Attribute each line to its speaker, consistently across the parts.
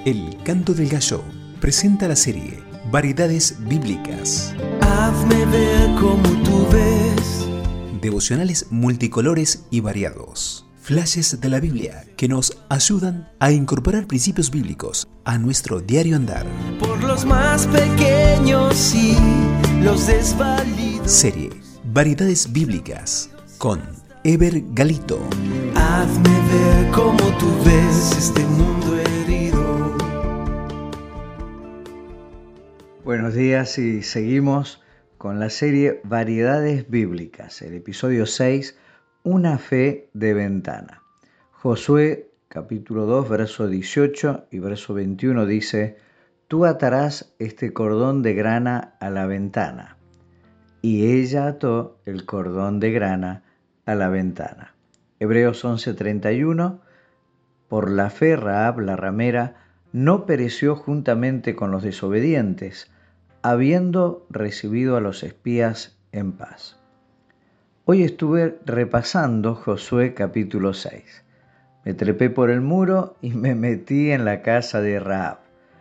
Speaker 1: El Canto del Gallo presenta la serie Variedades Bíblicas.
Speaker 2: Hazme ver como tú ves.
Speaker 1: Devocionales multicolores y variados. Flashes de la Biblia que nos ayudan a incorporar principios bíblicos a nuestro diario andar.
Speaker 2: Por los más pequeños y los desvalidos.
Speaker 1: Serie Variedades Bíblicas con Eber Galito.
Speaker 2: Hazme ver como tú ves este mundo herido.
Speaker 3: Buenos días y seguimos con la serie Variedades Bíblicas, el episodio 6, Una fe de ventana. Josué capítulo 2, verso 18 y verso 21 dice: Tú atarás este cordón de grana a la ventana. Y ella ató el cordón de grana a la ventana. Hebreos 11:31. Por la fe Rahab la ramera no pereció juntamente con los desobedientes, habiendo recibido a los espías en paz. Hoy estuve repasando Josué capítulo 6. Me trepé por el muro y me metí en la casa de Rahab.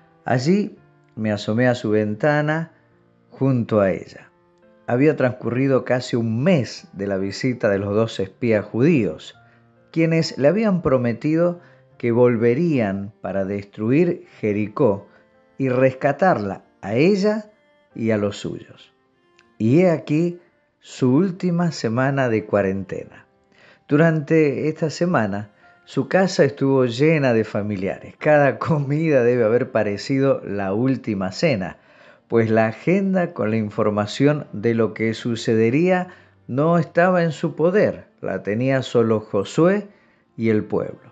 Speaker 3: Allí me asomé a su ventana junto a ella. Había transcurrido casi un mes de la visita de los 2 espías judíos, quienes le habían prometido que volverían para destruir Jericó y rescatarla a ella y a los suyos. Y he aquí su última semana de cuarentena. Durante esta semana, su casa estuvo llena de familiares. Cada comida debe haber parecido la última cena, pues la agenda con la información de lo que sucedería no estaba en su poder, la tenía solo Josué y el pueblo.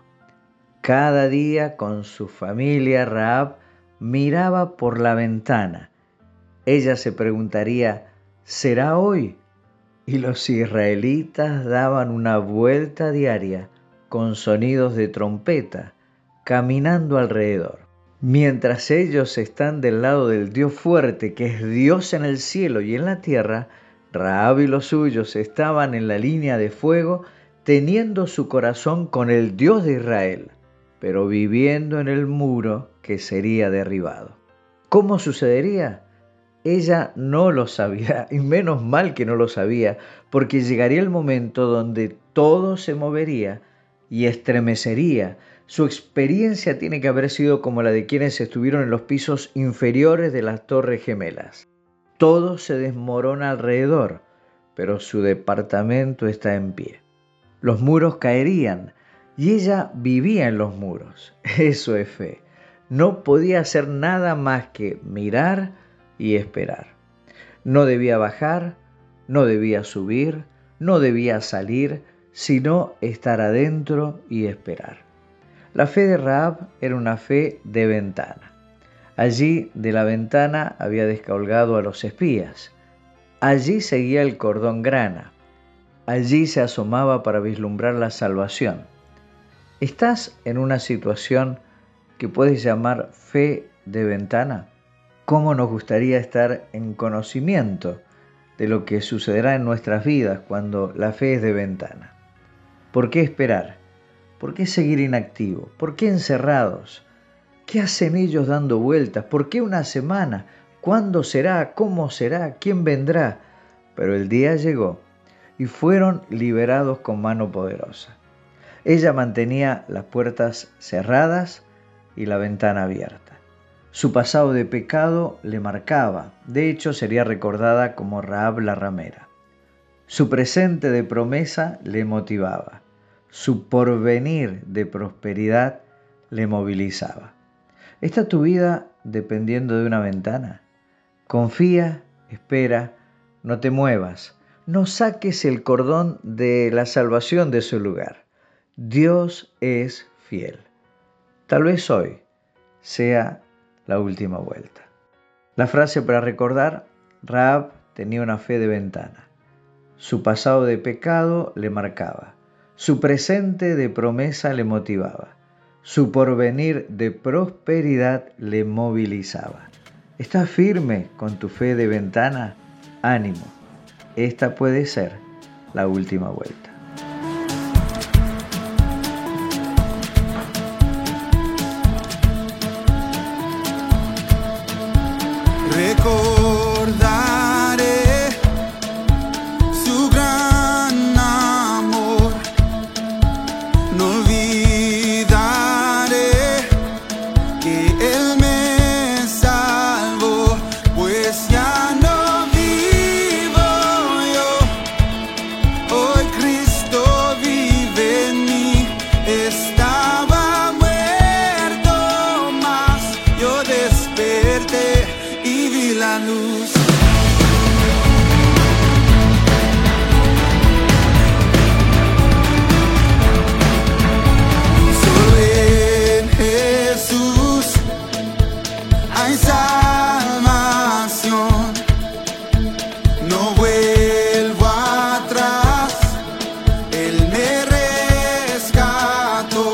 Speaker 3: Cada día con su familia, Rahab miraba por la ventana. Ella se preguntaría: ¿será hoy? Y los israelitas daban una vuelta diaria con sonidos de trompeta, caminando alrededor. Mientras ellos están del lado del Dios fuerte, que es Dios en el cielo y en la tierra, Rahab y los suyos estaban en la línea de fuego, teniendo su corazón con el Dios de Israel, pero viviendo en el muro que sería derribado. ¿Cómo sucedería? Ella no lo sabía, y menos mal que no lo sabía, porque llegaría el momento donde todo se movería y estremecería. Su experiencia tiene que haber sido como la de quienes estuvieron en los pisos inferiores de las Torres Gemelas. Todo se desmorona alrededor, pero su departamento está en pie. Los muros caerían y ella vivía en los muros. Eso es fe. No podía hacer nada más que mirar y esperar. No debía bajar, no debía subir, no debía salir, sino estar adentro y esperar. La fe de Rahab era una fe de ventana. Allí de la ventana había descolgado a los espías. Allí seguía el cordón grana. Allí se asomaba para vislumbrar la salvación. ¿Estás en una situación que puedes llamar fe de ventana? ¿Cómo nos gustaría estar en conocimiento de lo que sucederá en nuestras vidas cuando la fe es de ventana? ¿Por qué esperar? ¿Por qué seguir inactivo? ¿Por qué encerrados? ¿Qué hacen ellos dando vueltas? ¿Por qué una semana? ¿Cuándo será? ¿Cómo será? ¿Quién vendrá? Pero el día llegó y fueron liberados con mano poderosa. Ella mantenía las puertas cerradas y la ventana abierta. Su pasado de pecado le marcaba. De hecho, sería recordada como Rahab la ramera. Su presente de promesa le motivaba. Su porvenir de prosperidad le movilizaba. ¿Está tu vida dependiendo de una ventana? Confía, espera, no te muevas. No saques el cordón de la salvación de su lugar. Dios es fiel. Tal vez hoy sea la última vuelta. La frase para recordar: Rahab tenía una fe de ventana. Su pasado de pecado le marcaba. Su presente de promesa le motivaba. Su porvenir de prosperidad le movilizaba. ¿Estás firme con tu fe de ventana? Ánimo. Esta puede ser la última vuelta.
Speaker 4: No olvidaré que Él me salvó, pues ya no vivo yo, hoy Cristo vive en mí. Estaba muerto, mas yo desperté y vi la luz. Hay salvación, no vuelvo atrás, Él me rescató.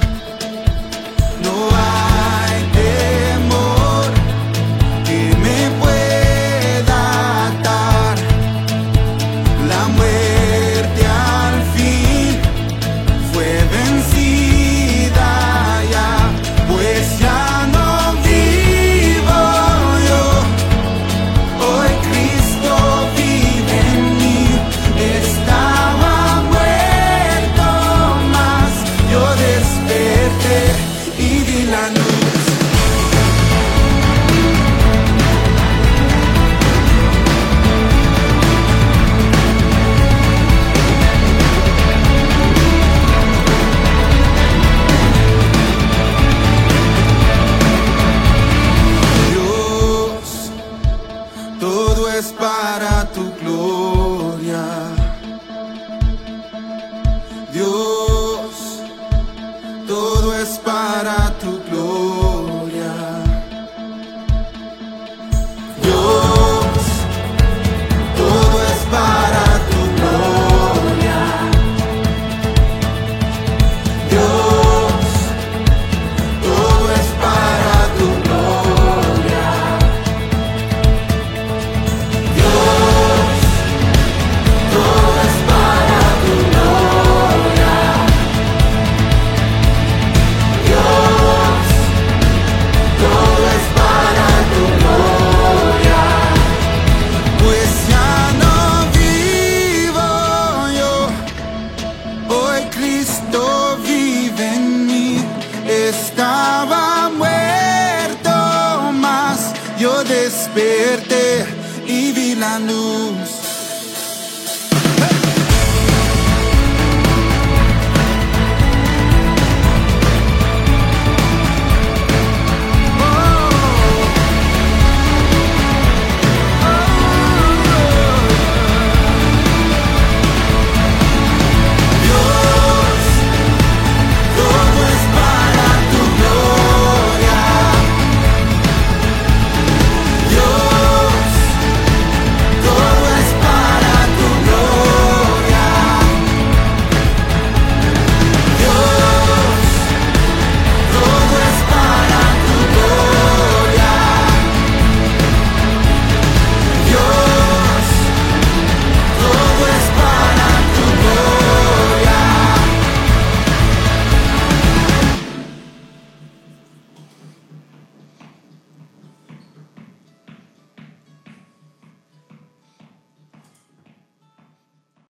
Speaker 4: No hay temor que me pueda atar, la muerte al fin fue vencida ya, pues ya no es para tu gloria, Dios, todo es para tu gloria, Dios, todo es para tu gloria, Dios, todo es para tu gloria. Cristo vive en mí. Estaba muerto, mas yo desperté y vi la luz.